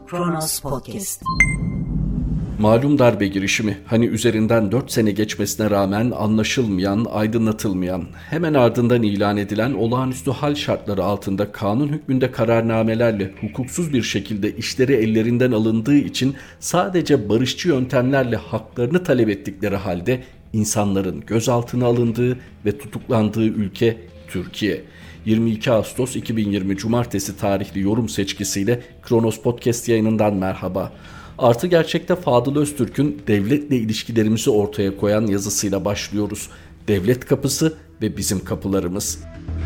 Kronos Podcast. Malum darbe girişimi, hani üzerinden 4 sene geçmesine rağmen anlaşılmayan, aydınlatılmayan, hemen ardından ilan edilen olağanüstü hal şartları altında kanun hükmünde kararnamelerle hukuksuz bir şekilde işleri ellerinden alındığı için sadece barışçı yöntemlerle haklarını talep ettikleri halde insanların gözaltına alındığı ve tutuklandığı ülke Türkiye. 22 Ağustos 2020 Cumartesi tarihli yorum seçkisiyle Kronos Podcast yayınından merhaba. Artı Gerçek'te Fadıl Öztürk'ün devletle ilişkilerimizi ortaya koyan yazısıyla başlıyoruz. Devlet kapısı ve bizim kapılarımız.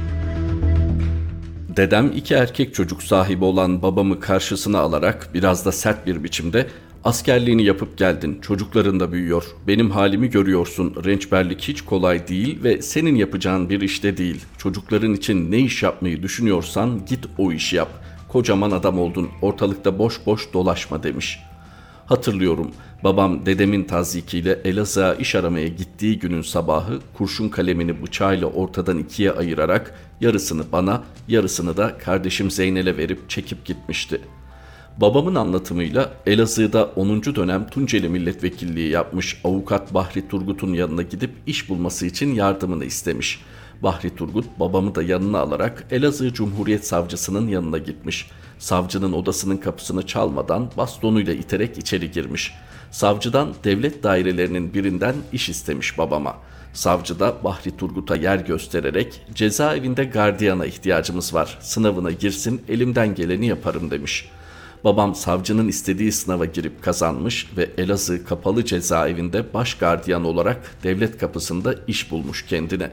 Dedem 2 erkek çocuk sahibi olan babamı karşısına alarak biraz da sert bir biçimde "Askerliğini yapıp geldin, çocukların da büyüyor, benim halimi görüyorsun, rençberlik hiç kolay değil ve senin yapacağın bir işte değil. Çocukların için ne iş yapmayı düşünüyorsan git o işi yap. Kocaman adam oldun, ortalıkta boş boş dolaşma" demiş. Hatırlıyorum, babam dedemin tazyikiyle Elazığ'a iş aramaya gittiği günün sabahı kurşun kalemini bıçağıyla ortadan 2'ye ayırarak yarısını bana, yarısını da kardeşim Zeynel'e verip çekip gitmişti. Babamın anlatımıyla Elazığ'da 10. dönem Tunceli milletvekilliği yapmış avukat Bahri Turgut'un yanına gidip iş bulması için yardımını istemiş. Bahri Turgut babamı da yanına alarak Elazığ Cumhuriyet Savcısının yanına gitmiş. Savcının odasının kapısını çalmadan bastonuyla iterek içeri girmiş. Savcıdan devlet dairelerinin birinden iş istemiş babama. Savcı da Bahri Turgut'a yer göstererek "Cezaevinde gardiyana ihtiyacımız var, sınavına girsin, elimden geleni yaparım" demiş. Babam savcının istediği sınava girip kazanmış ve Elazığ Kapalı Cezaevinde baş gardiyan olarak devlet kapısında iş bulmuş kendine.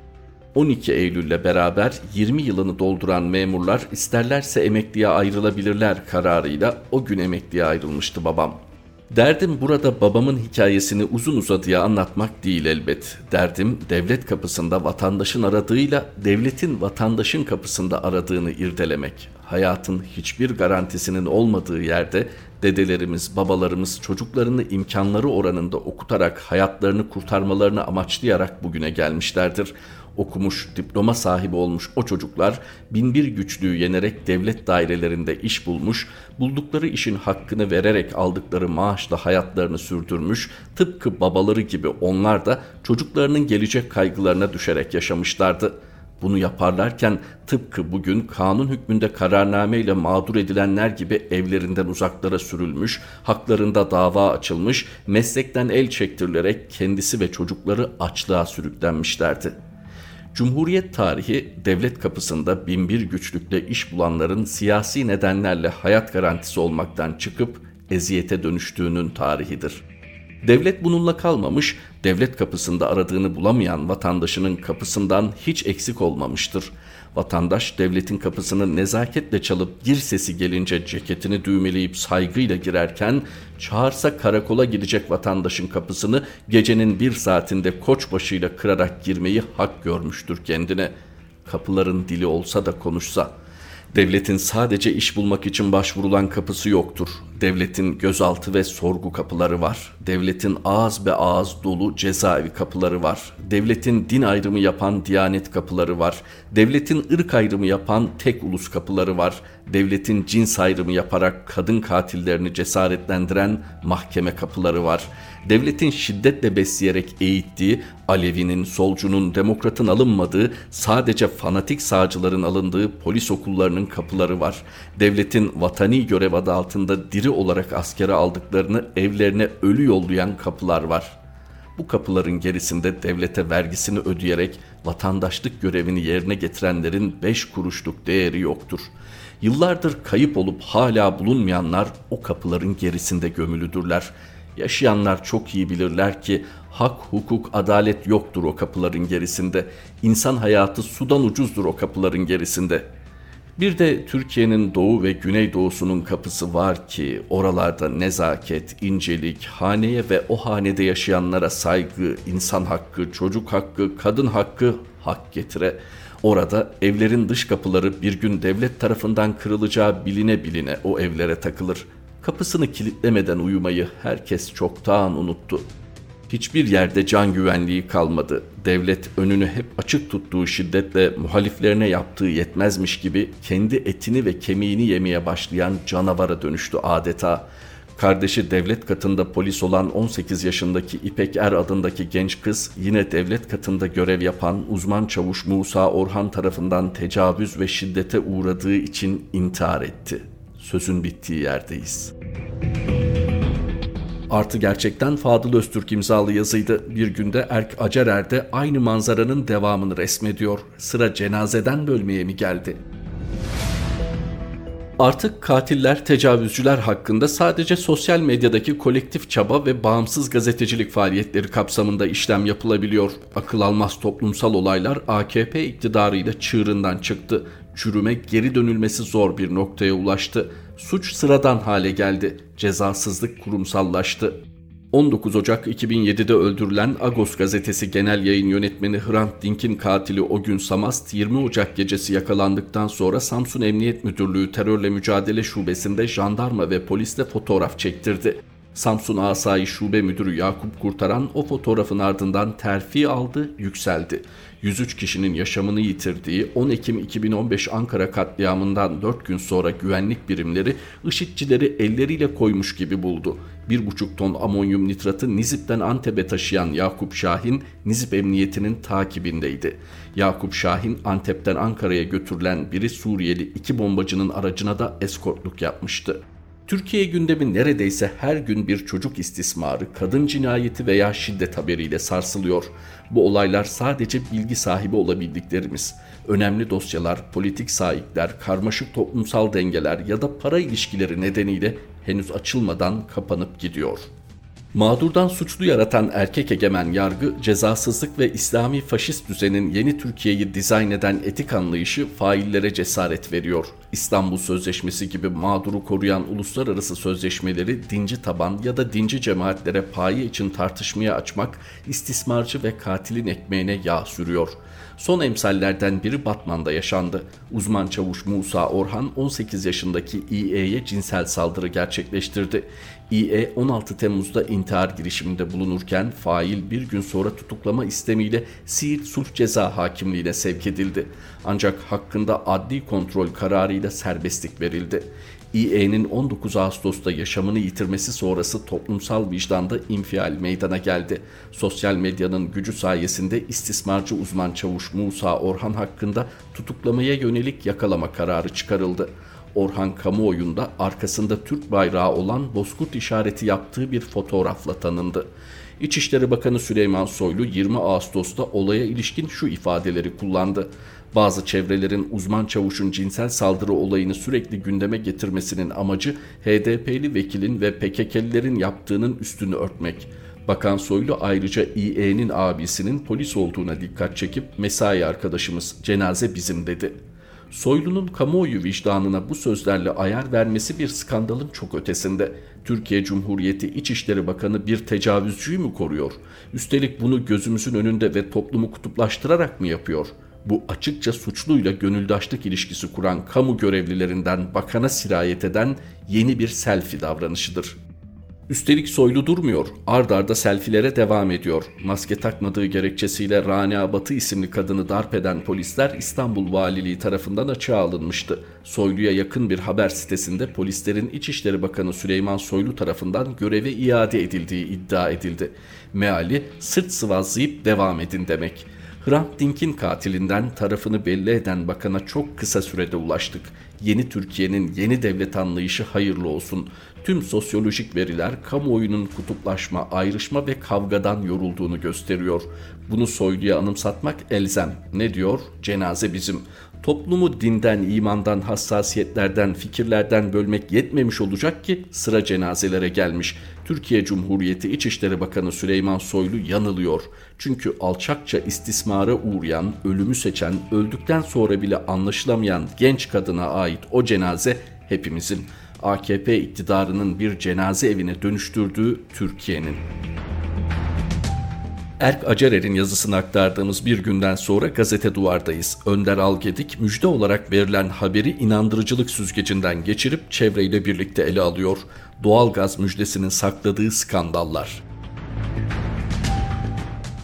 12 Eylül'le beraber 20 yılını dolduran memurlar isterlerse emekliye ayrılabilirler kararıyla o gün emekliye ayrılmıştı babam. Derdim burada babamın hikayesini uzun uzadıya anlatmak değil elbet. Derdim devlet kapısında vatandaşın aradığıyla devletin vatandaşın kapısında aradığını irdelemek. Hayatın hiçbir garantisinin olmadığı yerde dedelerimiz, babalarımız çocuklarını imkanları oranında okutarak hayatlarını kurtarmalarını amaçlayarak bugüne gelmişlerdir. Okumuş, diploma sahibi olmuş o çocuklar binbir güçlüğü yenerek devlet dairelerinde iş bulmuş, buldukları işin hakkını vererek aldıkları maaşla hayatlarını sürdürmüş, tıpkı babaları gibi onlar da çocuklarının gelecek kaygılarına düşerek yaşamışlardı. Bunu yaparlarken tıpkı bugün kanun hükmünde kararnameyle mağdur edilenler gibi evlerinden uzaklara sürülmüş, haklarında dava açılmış, meslekten el çektirilerek kendisi ve çocukları açlığa sürüklenmişlerdi. Cumhuriyet tarihi devlet kapısında binbir güçlükle iş bulanların siyasi nedenlerle hayat garantisi olmaktan çıkıp eziyete dönüştüğünün tarihidir. Devlet bununla kalmamış, devlet kapısında aradığını bulamayan vatandaşının kapısından hiç eksik olmamıştır. Vatandaş devletin kapısını nezaketle çalıp gir sesi gelince ceketini düğmeleyip saygıyla girerken, çağırsa karakola gidecek vatandaşın kapısını gecenin 1 saatinde koçbaşıyla kırarak girmeyi hak görmüştür kendine. Kapıların dili olsa da konuşsa. Devletin sadece iş bulmak için başvurulan kapısı yoktur. Devletin gözaltı ve sorgu kapıları var. Devletin ağız be ağız dolu cezaevi kapıları var. Devletin din ayrımı yapan diyanet kapıları var. Devletin ırk ayrımı yapan tek ulus kapıları var. Devletin cins ayrımı yaparak kadın katillerini cesaretlendiren mahkeme kapıları var. Devletin şiddetle besleyerek eğittiği, Alevinin, solcunun, demokratın alınmadığı, sadece fanatik sağcıların alındığı polis okullarının kapıları var. Devletin vatani görev adı altında diri olarak askere aldıklarını evlerine ölü yollayan kapılar var. Bu kapıların gerisinde devlete vergisini ödeyerek vatandaşlık görevini yerine getirenlerin 5 kuruşluk değeri yoktur. Yıllardır kayıp olup hala bulunmayanlar o kapıların gerisinde gömülüdürler. Yaşayanlar çok iyi bilirler ki hak, hukuk, adalet yoktur o kapıların gerisinde. İnsan hayatı sudan ucuzdur o kapıların gerisinde. Bir de Türkiye'nin doğu ve güneydoğusunun kapısı var ki oralarda nezaket, incelik, haneye ve o hanede yaşayanlara saygı, insan hakkı, çocuk hakkı, kadın hakkı hak getire. Orada evlerin dış kapıları bir gün devlet tarafından kırılacağı biline biline o evlere takılır. Kapısını kilitlemeden uyumayı herkes çoktan unuttu. Hiçbir yerde can güvenliği kalmadı. Devlet önünü hep açık tuttuğu şiddetle muhaliflerine yaptığı yetmezmiş gibi kendi etini ve kemiğini yemeye başlayan canavara dönüştü adeta. Kardeşi devlet katında polis olan 18 yaşındaki İpek Er adındaki genç kız yine devlet katında görev yapan uzman çavuş Musa Orhan tarafından tecavüz ve şiddete uğradığı için intihar etti. Sözün bittiği yerdeyiz. Artı gerçekten Fadıl Öztürk imzalı yazıydı. Bir günde Erk Acerer de aynı manzaranın devamını resmediyor. Sıra cenazeden bölmeye mi geldi? Artık katiller, tecavüzcüler hakkında sadece sosyal medyadaki kolektif çaba ve bağımsız gazetecilik faaliyetleri kapsamında işlem yapılabiliyor. Akıl almaz toplumsal olaylar AKP iktidarıyla çığırından çıktı. Çürüme geri dönülmesi zor bir noktaya ulaştı. Suç sıradan hale geldi. Cezasızlık kurumsallaştı. 19 Ocak 2007'de öldürülen Agos gazetesi genel yayın yönetmeni Hrant Dink'in katili Ogün Samast 20 Ocak gecesi yakalandıktan sonra Samsun Emniyet Müdürlüğü Terörle Mücadele Şubesi'nde jandarma ve polisle fotoğraf çektirdi. Samsun Asayiş Şube Müdürü Yakup Kurtaran o fotoğrafın ardından terfi aldı, yükseldi. 103 kişinin yaşamını yitirdiği 10 Ekim 2015 Ankara katliamından 4 gün sonra güvenlik birimleri IŞİD'cileri elleriyle koymuş gibi buldu. 1,5 ton amonyum nitratı Nizip'ten Antep'e taşıyan Yakup Şahin, Nizip Emniyeti'nin takibindeydi. Yakup Şahin, Antep'ten Ankara'ya götürülen biri Suriyeli 2 bombacının aracına da eskortluk yapmıştı. Türkiye gündemi neredeyse her gün bir çocuk istismarı, kadın cinayeti veya şiddet haberiyle sarsılıyor. Bu olaylar sadece bilgi sahibi olabildiklerimiz. Önemli dosyalar, politik sahipler, karmaşık toplumsal dengeler ya da para ilişkileri nedeniyle henüz açılmadan kapanıp gidiyor. Mağdurdan suçlu yaratan erkek egemen yargı, cezasızlık ve İslami faşist düzenin yeni Türkiye'yi dizayn eden etik anlayışı faillere cesaret veriyor. İstanbul Sözleşmesi gibi mağduru koruyan uluslararası sözleşmeleri dinci taban ya da dinci cemaatlere paye için tartışmaya açmak, istismarcı ve katilin ekmeğine yağ sürüyor. Son emsallerden biri Batman'da yaşandı. Uzman çavuş Musa Orhan 18 yaşındaki İE'ye cinsel saldırı gerçekleştirdi. İE 16 Temmuz'da intihar girişiminde bulunurken fail bir gün sonra tutuklama istemiyle Siirt Sulh Ceza Hakimliği'ne sevk edildi. Ancak hakkında adli kontrol kararıyla serbestlik verildi. İE'nin 19 Ağustos'ta yaşamını yitirmesi sonrası toplumsal vicdanda infial meydana geldi. Sosyal medyanın gücü sayesinde istismarcı uzman çavuş Musa Orhan hakkında tutuklamaya yönelik yakalama kararı çıkarıldı. Orhan kamuoyunda arkasında Türk bayrağı olan bozkurt işareti yaptığı bir fotoğrafla tanındı. İçişleri Bakanı Süleyman Soylu 20 Ağustos'ta olaya ilişkin şu ifadeleri kullandı. Bazı çevrelerin uzman çavuşun cinsel saldırı olayını sürekli gündeme getirmesinin amacı HDP'li vekilin ve PKK'lilerin yaptığının üstünü örtmek. Bakan Soylu ayrıca İE'nin abisinin polis olduğuna dikkat çekip mesai arkadaşımız, cenaze bizim dedi. Soylu'nun kamuoyu vicdanına bu sözlerle ayar vermesi bir skandalın çok ötesinde. Türkiye Cumhuriyeti İçişleri Bakanı bir tecavüzcüyü mü koruyor? Üstelik bunu gözümüzün önünde ve toplumu kutuplaştırarak mı yapıyor? Bu açıkça suçluyla gönüldaşlık ilişkisi kuran kamu görevlilerinden bakana sirayet eden yeni bir selfie davranışıdır. Üstelik Soylu durmuyor, ard arda selfilere devam ediyor. Maske takmadığı gerekçesiyle Rania Batı isimli kadını darp eden polisler İstanbul Valiliği tarafından açığa alınmıştı. Soylu'ya yakın bir haber sitesinde polislerin İçişleri Bakanı Süleyman Soylu tarafından göreve iade edildiği iddia edildi. Meali sırt sıvazlayıp devam edin demek. Hrant Dink'in katilinden tarafını belli eden bakana çok kısa sürede ulaştık. Yeni Türkiye'nin yeni devlet anlayışı hayırlı olsun. Tüm sosyolojik veriler kamuoyunun kutuplaşma, ayrışma ve kavgadan yorulduğunu gösteriyor. Bunu Soylu'ya anımsatmak elzem. Ne diyor? Cenaze bizim. Toplumu dinden, imandan, hassasiyetlerden, fikirlerden bölmek yetmemiş olacak ki sıra cenazelere gelmiş. Türkiye Cumhuriyeti İçişleri Bakanı Süleyman Soylu yanılıyor. Çünkü alçakça istismara uğrayan, ölümü seçen, öldükten sonra bile anlaşılamayan genç kadına ait o cenaze hepimizin. AKP iktidarının bir cenaze evine dönüştürdüğü Türkiye'nin. Erk Acerer'in yazısını aktardığımız bir günden sonra Gazete Duvar'dayız. Önder Algedik müjde olarak verilen haberi inandırıcılık süzgecinden geçirip çevreyle birlikte ele alıyor. Doğalgaz müjdesinin sakladığı skandallar.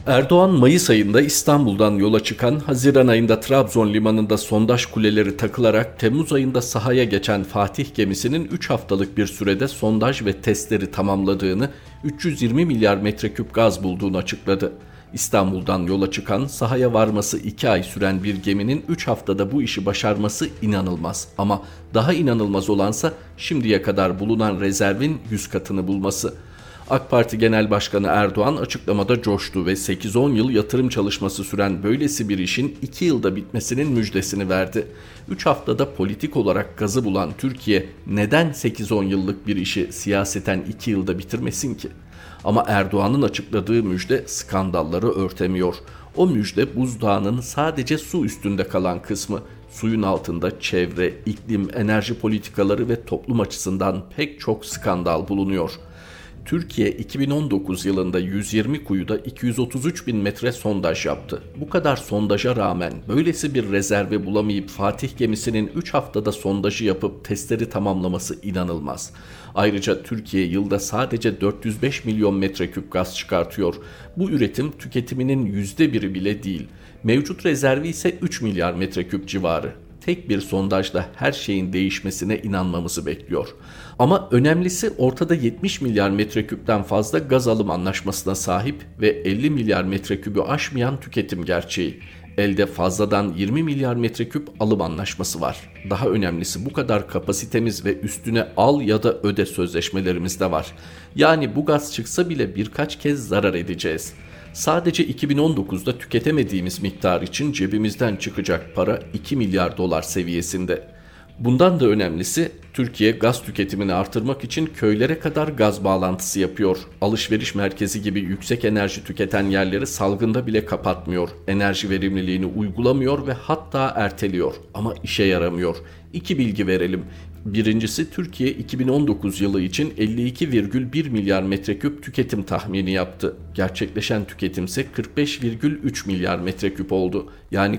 Erdoğan Mayıs ayında İstanbul'dan yola çıkan, Haziran ayında Trabzon limanında sondaj kuleleri takılarak Temmuz ayında sahaya geçen Fatih gemisinin 3 haftalık bir sürede sondaj ve testleri tamamladığını, 320 milyar metreküp gaz bulduğunu açıkladı. İstanbul'dan yola çıkan, sahaya varması 2 ay süren bir geminin 3 haftada bu işi başarması inanılmaz. Ama daha inanılmaz olansa şimdiye kadar bulunan rezervin 100 katını bulması. AK Parti Genel Başkanı Erdoğan açıklamada coştu ve 8-10 yıl yatırım çalışması süren böylesi bir işin 2 yılda bitmesinin müjdesini verdi. 3 haftada politik olarak gazı bulan Türkiye neden 8-10 yıllık bir işi siyaseten 2 yılda bitirmesin ki? Ama Erdoğan'ın açıkladığı müjde skandalları örtemiyor. O müjde buzdağının sadece su üstünde kalan kısmı. Suyun altında çevre, iklim, enerji politikaları ve toplum açısından pek çok skandal bulunuyor. Türkiye 2019 yılında 120 kuyuda 233 bin metre sondaj yaptı. Bu kadar sondaja rağmen böylesi bir rezervi bulamayıp Fatih gemisinin 3 haftada sondajı yapıp testleri tamamlaması inanılmaz. Ayrıca Türkiye yılda sadece 405 milyon metreküp gaz çıkartıyor. Bu üretim tüketiminin %1'i bile değil. Mevcut rezervi ise 3 milyar metreküp civarı. Tek bir sondajla her şeyin değişmesine inanmamızı bekliyor. Ama önemlisi ortada 70 milyar metreküpten fazla gaz alım anlaşmasına sahip ve 50 milyar metreküpü aşmayan tüketim gerçeği. Elde fazladan 20 milyar metreküp alım anlaşması var. Daha önemlisi bu kadar kapasitemiz ve üstüne al ya da öde sözleşmelerimiz de var. Yani bu gaz çıksa bile birkaç kez zarar edeceğiz. Sadece 2019'da tüketemediğimiz miktar için cebimizden çıkacak para 2 milyar dolar seviyesinde. Bundan da önemlisi Türkiye gaz tüketimini artırmak için köylere kadar gaz bağlantısı yapıyor. Alışveriş merkezi gibi yüksek enerji tüketen yerleri salgında bile kapatmıyor. Enerji verimliliğini uygulamıyor ve hatta erteliyor. Ama işe yaramıyor. 2 bilgi verelim. Birincisi, Türkiye 2019 yılı için 52,1 milyar metreküp tüketim tahmini yaptı. Gerçekleşen tüketim ise 45,3 milyar metreküp oldu. Yani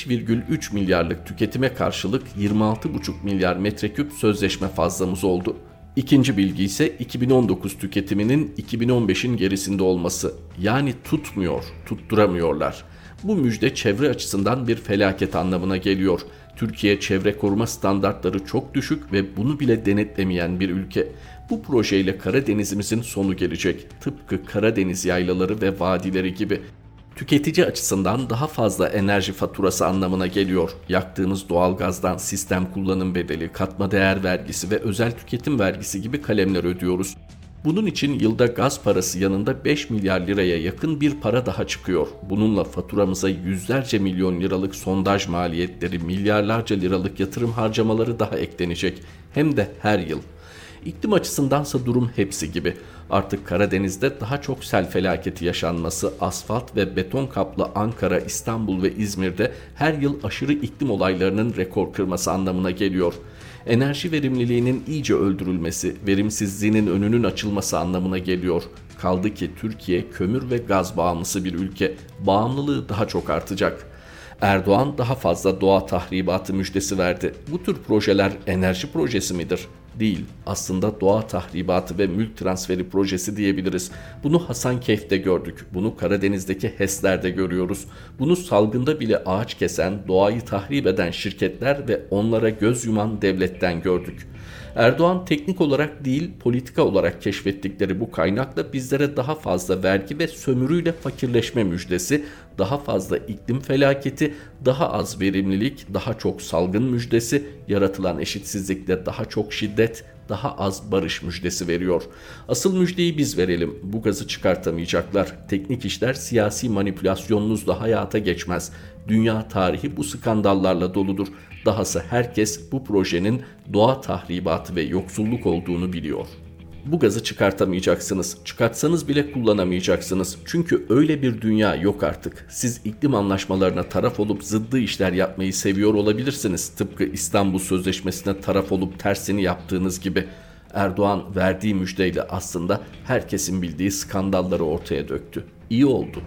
45,3 milyarlık tüketime karşılık 26,5 milyar metreküp sözleşme fazlamız oldu. İkinci bilgi ise 2019 tüketiminin 2015'in gerisinde olması. Yani tutturamıyorlar. Bu müjde çevre açısından bir felaket anlamına geliyor. Türkiye çevre koruma standartları çok düşük ve bunu bile denetlemeyen bir ülke. Bu projeyle Karadenizimizin sonu gelecek. Tıpkı Karadeniz yaylaları ve vadileri gibi. Tüketici açısından daha fazla enerji faturası anlamına geliyor. Yaktığımız doğalgazdan sistem kullanım bedeli, katma değer vergisi ve özel tüketim vergisi gibi kalemler ödüyoruz. Bunun için yılda gaz parası yanında 5 milyar liraya yakın bir para daha çıkıyor. Bununla faturamıza yüzlerce milyon liralık sondaj maliyetleri, milyarlarca liralık yatırım harcamaları daha eklenecek. Hem de her yıl. İklim açısındansa durum hepsi gibi. Artık Karadeniz'de daha çok sel felaketi yaşanması, asfalt ve beton kaplı Ankara, İstanbul ve İzmir'de her yıl aşırı iklim olaylarının rekor kırması anlamına geliyor. Enerji verimliliğinin iyice öldürülmesi, verimsizliğinin önünün açılması anlamına geliyor. Kaldı ki Türkiye kömür ve gaz bağımlısı bir ülke. Bağımlılığı daha çok artacak. Erdoğan daha fazla doğa tahribatı müjdesi verdi. Bu tür projeler enerji projesi midir? Değil. Aslında doğa tahribatı ve mülk transferi projesi diyebiliriz. Bunu Hasankeyf'te gördük. Bunu Karadeniz'deki HES'lerde görüyoruz. Bunu salgında bile ağaç kesen, doğayı tahrip eden şirketler ve onlara göz yuman devletten gördük. Erdoğan teknik olarak değil, politika olarak keşfettikleri bu kaynakla bizlere daha fazla vergi ve sömürüyle fakirleşme müjdesi, daha fazla iklim felaketi, daha az verimlilik, daha çok salgın müjdesi, yaratılan eşitsizlikle daha çok şiddet, daha az barış müjdesi veriyor. Asıl müjdeyi biz verelim. Bu gazı çıkartamayacaklar. Teknik işler siyasi manipülasyonunuzla hayata geçmez. Dünya tarihi bu skandallarla doludur. Dahası herkes bu projenin doğa tahribatı ve yoksulluk olduğunu biliyor. Bu gazı çıkartamayacaksınız. Çıkartsanız bile kullanamayacaksınız. Çünkü öyle bir dünya yok artık. Siz iklim anlaşmalarına taraf olup zıddı işler yapmayı seviyor olabilirsiniz. Tıpkı İstanbul Sözleşmesi'ne taraf olup tersini yaptığınız gibi. Erdoğan verdiği müjdeyle aslında herkesin bildiği skandalları ortaya döktü. İyi oldu.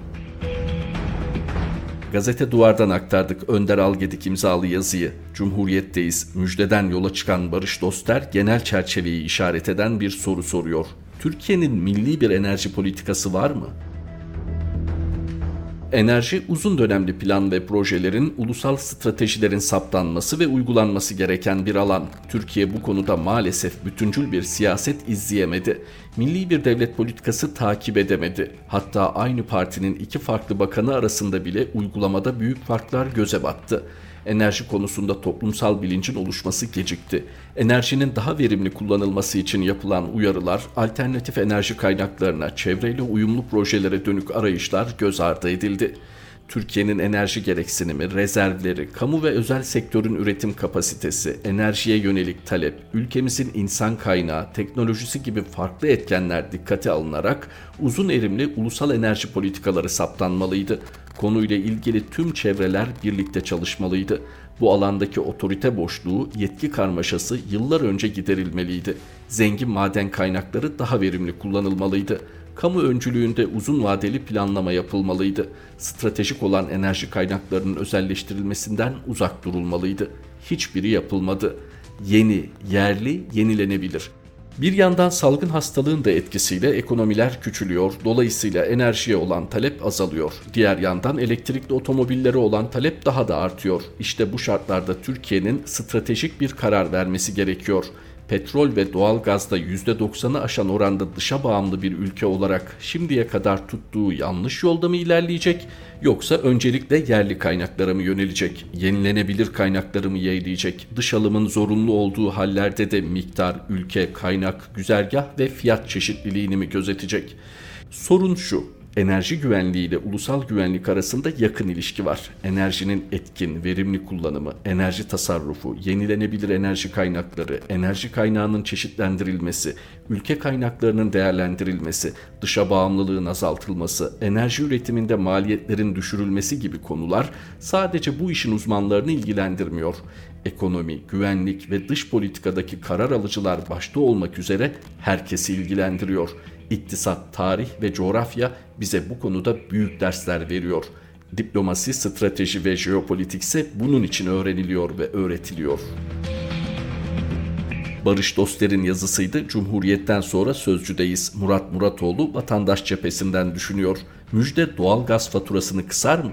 Gazete Duvar'dan aktardık Önder Algedik imzalı yazıyı. Cumhuriyet'teyiz. Müjdeden yola çıkan Barış Doster genel çerçeveyi işaret eden bir soru soruyor. Türkiye'nin milli bir enerji politikası var mı? Enerji, uzun dönemli plan ve projelerin, ulusal stratejilerin saptanması ve uygulanması gereken bir alan. Türkiye bu konuda maalesef bütüncül bir siyaset izleyemedi. Milli bir devlet politikası takip edemedi. Hatta aynı partinin iki farklı bakanı arasında bile uygulamada büyük farklar göze battı. Enerji konusunda toplumsal bilincin oluşması gecikti. Enerjinin daha verimli kullanılması için yapılan uyarılar, alternatif enerji kaynaklarına, çevreyle uyumlu projelere dönük arayışlar göz ardı edildi. Türkiye'nin enerji gereksinimi, rezervleri, kamu ve özel sektörün üretim kapasitesi, enerjiye yönelik talep, ülkemizin insan kaynağı, teknolojisi gibi farklı etkenler dikkate alınarak uzun erimli ulusal enerji politikaları saptanmalıydı. Konuyla ilgili tüm çevreler birlikte çalışmalıydı. Bu alandaki otorite boşluğu, yetki karmaşası yıllar önce giderilmeliydi. Zengin maden kaynakları daha verimli kullanılmalıydı. Kamu öncülüğünde uzun vadeli planlama yapılmalıydı. Stratejik olan enerji kaynaklarının özelleştirilmesinden uzak durulmalıydı. Hiçbiri yapılmadı. Yeni, yerli, yenilenebilir. Bir yandan salgın hastalığın da etkisiyle ekonomiler küçülüyor, dolayısıyla enerjiye olan talep azalıyor. Diğer yandan elektrikli otomobillere olan talep daha da artıyor. İşte bu şartlarda Türkiye'nin stratejik bir karar vermesi gerekiyor. Petrol ve doğalgazda %90'ı aşan oranda dışa bağımlı bir ülke olarak şimdiye kadar tuttuğu yanlış yolda mı ilerleyecek, yoksa öncelikle yerli kaynaklara mı yönelecek, yenilenebilir kaynakları mı yeğleyecek, dış alımın zorunlu olduğu hallerde de miktar, ülke, kaynak, güzergah ve fiyat çeşitliliğini mi gözetecek? Sorun şu: enerji güvenliği ile ulusal güvenlik arasında yakın ilişki var. Enerjinin etkin, verimli kullanımı, enerji tasarrufu, yenilenebilir enerji kaynakları, enerji kaynağının çeşitlendirilmesi, ülke kaynaklarının değerlendirilmesi, dışa bağımlılığın azaltılması, enerji üretiminde maliyetlerin düşürülmesi gibi konular sadece bu işin uzmanlarını ilgilendirmiyor. Ekonomi, güvenlik ve dış politikadaki karar alıcılar başta olmak üzere herkesi ilgilendiriyor. İktisat, tarih ve coğrafya bize bu konuda büyük dersler veriyor. Diplomasi, strateji ve jeopolitik ise bunun için öğreniliyor ve öğretiliyor. Barış Doster'in yazısıydı. Cumhuriyet'ten sonra Sözcü'deyiz. Murat Muratoğlu vatandaş cephesinden düşünüyor. Müjde doğalgaz faturasını kısar mı?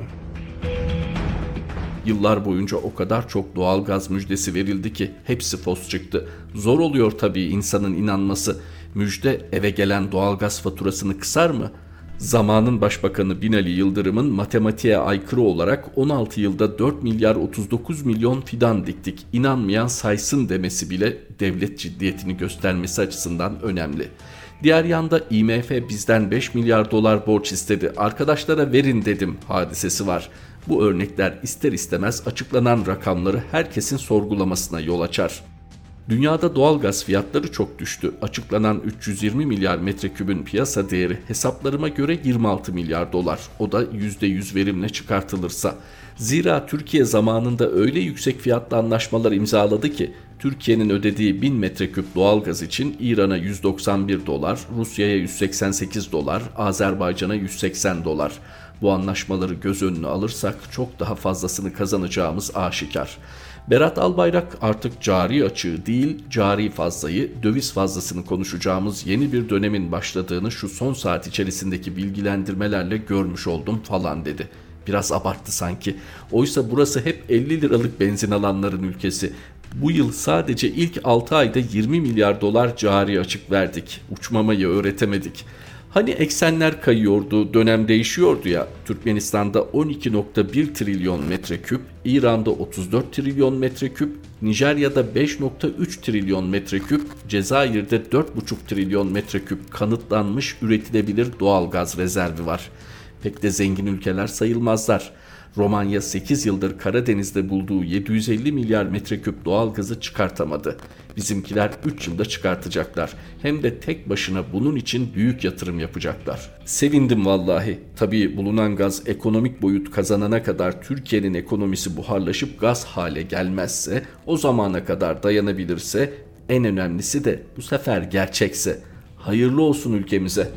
Yıllar boyunca o kadar çok doğalgaz müjdesi verildi ki hepsi fos çıktı. Zor oluyor tabii insanın inanması. Müjde eve gelen doğalgaz faturasını kısar mı? Zamanın Başbakanı Binali Yıldırım'ın matematiğe aykırı olarak 16 yılda 4 milyar 39 milyon fidan diktik, İnanmayan saysın demesi bile devlet ciddiyetini göstermesi açısından önemli. Diğer yanda IMF bizden 5 milyar dolar borç istedi, arkadaşlara verin dedim hadisesi var. Bu örnekler ister istemez açıklanan rakamları herkesin sorgulamasına yol açar. Dünyada doğalgaz fiyatları çok düştü. Açıklanan 320 milyar metrekübün piyasa değeri hesaplarıma göre 26 milyar dolar. O da %100 verimle çıkartılırsa. Zira Türkiye zamanında öyle yüksek fiyatlı anlaşmalar imzaladı ki Türkiye'nin ödediği 1000 metreküp doğalgaz için İran'a 191 dolar, Rusya'ya 188 dolar, Azerbaycan'a 180 dolar. Bu anlaşmaları göz önüne alırsak çok daha fazlasını kazanacağımız aşikar. Berat Albayrak artık cari açığı değil, cari fazlayı, döviz fazlasını konuşacağımız yeni bir dönemin başladığını şu son saat içerisindeki bilgilendirmelerle görmüş oldum falan dedi. Biraz abarttı sanki. Oysa burası hep 50 liralık benzin alanların ülkesi. Bu yıl sadece ilk 6 ayda 20 milyar dolar cari açık verdik. Uçmamayı öğretemedik. Hani eksenler kayıyordu, dönem değişiyordu ya. Türkmenistan'da 12,1 trilyon metreküp, İran'da 34 trilyon metreküp, Nijerya'da 5,3 trilyon metreküp, Cezayir'de 4,5 trilyon metreküp kanıtlanmış üretilebilir doğal gaz rezervi var. Pek de zengin ülkeler sayılmazlar. Romanya 8 yıldır Karadeniz'de bulduğu 750 milyar metreküp doğalgazı çıkartamadı. Bizimkiler 3 yılda çıkartacaklar. Hem de tek başına bunun için büyük yatırım yapacaklar. Sevindim vallahi. Tabii bulunan gaz ekonomik boyut kazanana kadar Türkiye'nin ekonomisi buharlaşıp gaz hale gelmezse, o zamana kadar dayanabilirse, en önemlisi de bu sefer gerçekse. Hayırlı olsun ülkemize.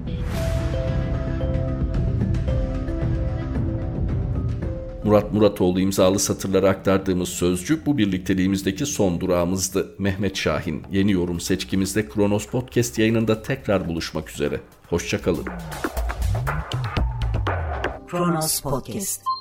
Murat Muratoğlu imzalı satırlara aktardığımız Sözcü bu birlikteliğimizdeki son durağımızdı. Mehmet Şahin yeni yorum seçkimizde Kronos Podcast yayınında tekrar buluşmak üzere. Hoşça kalın. Kronos Podcast.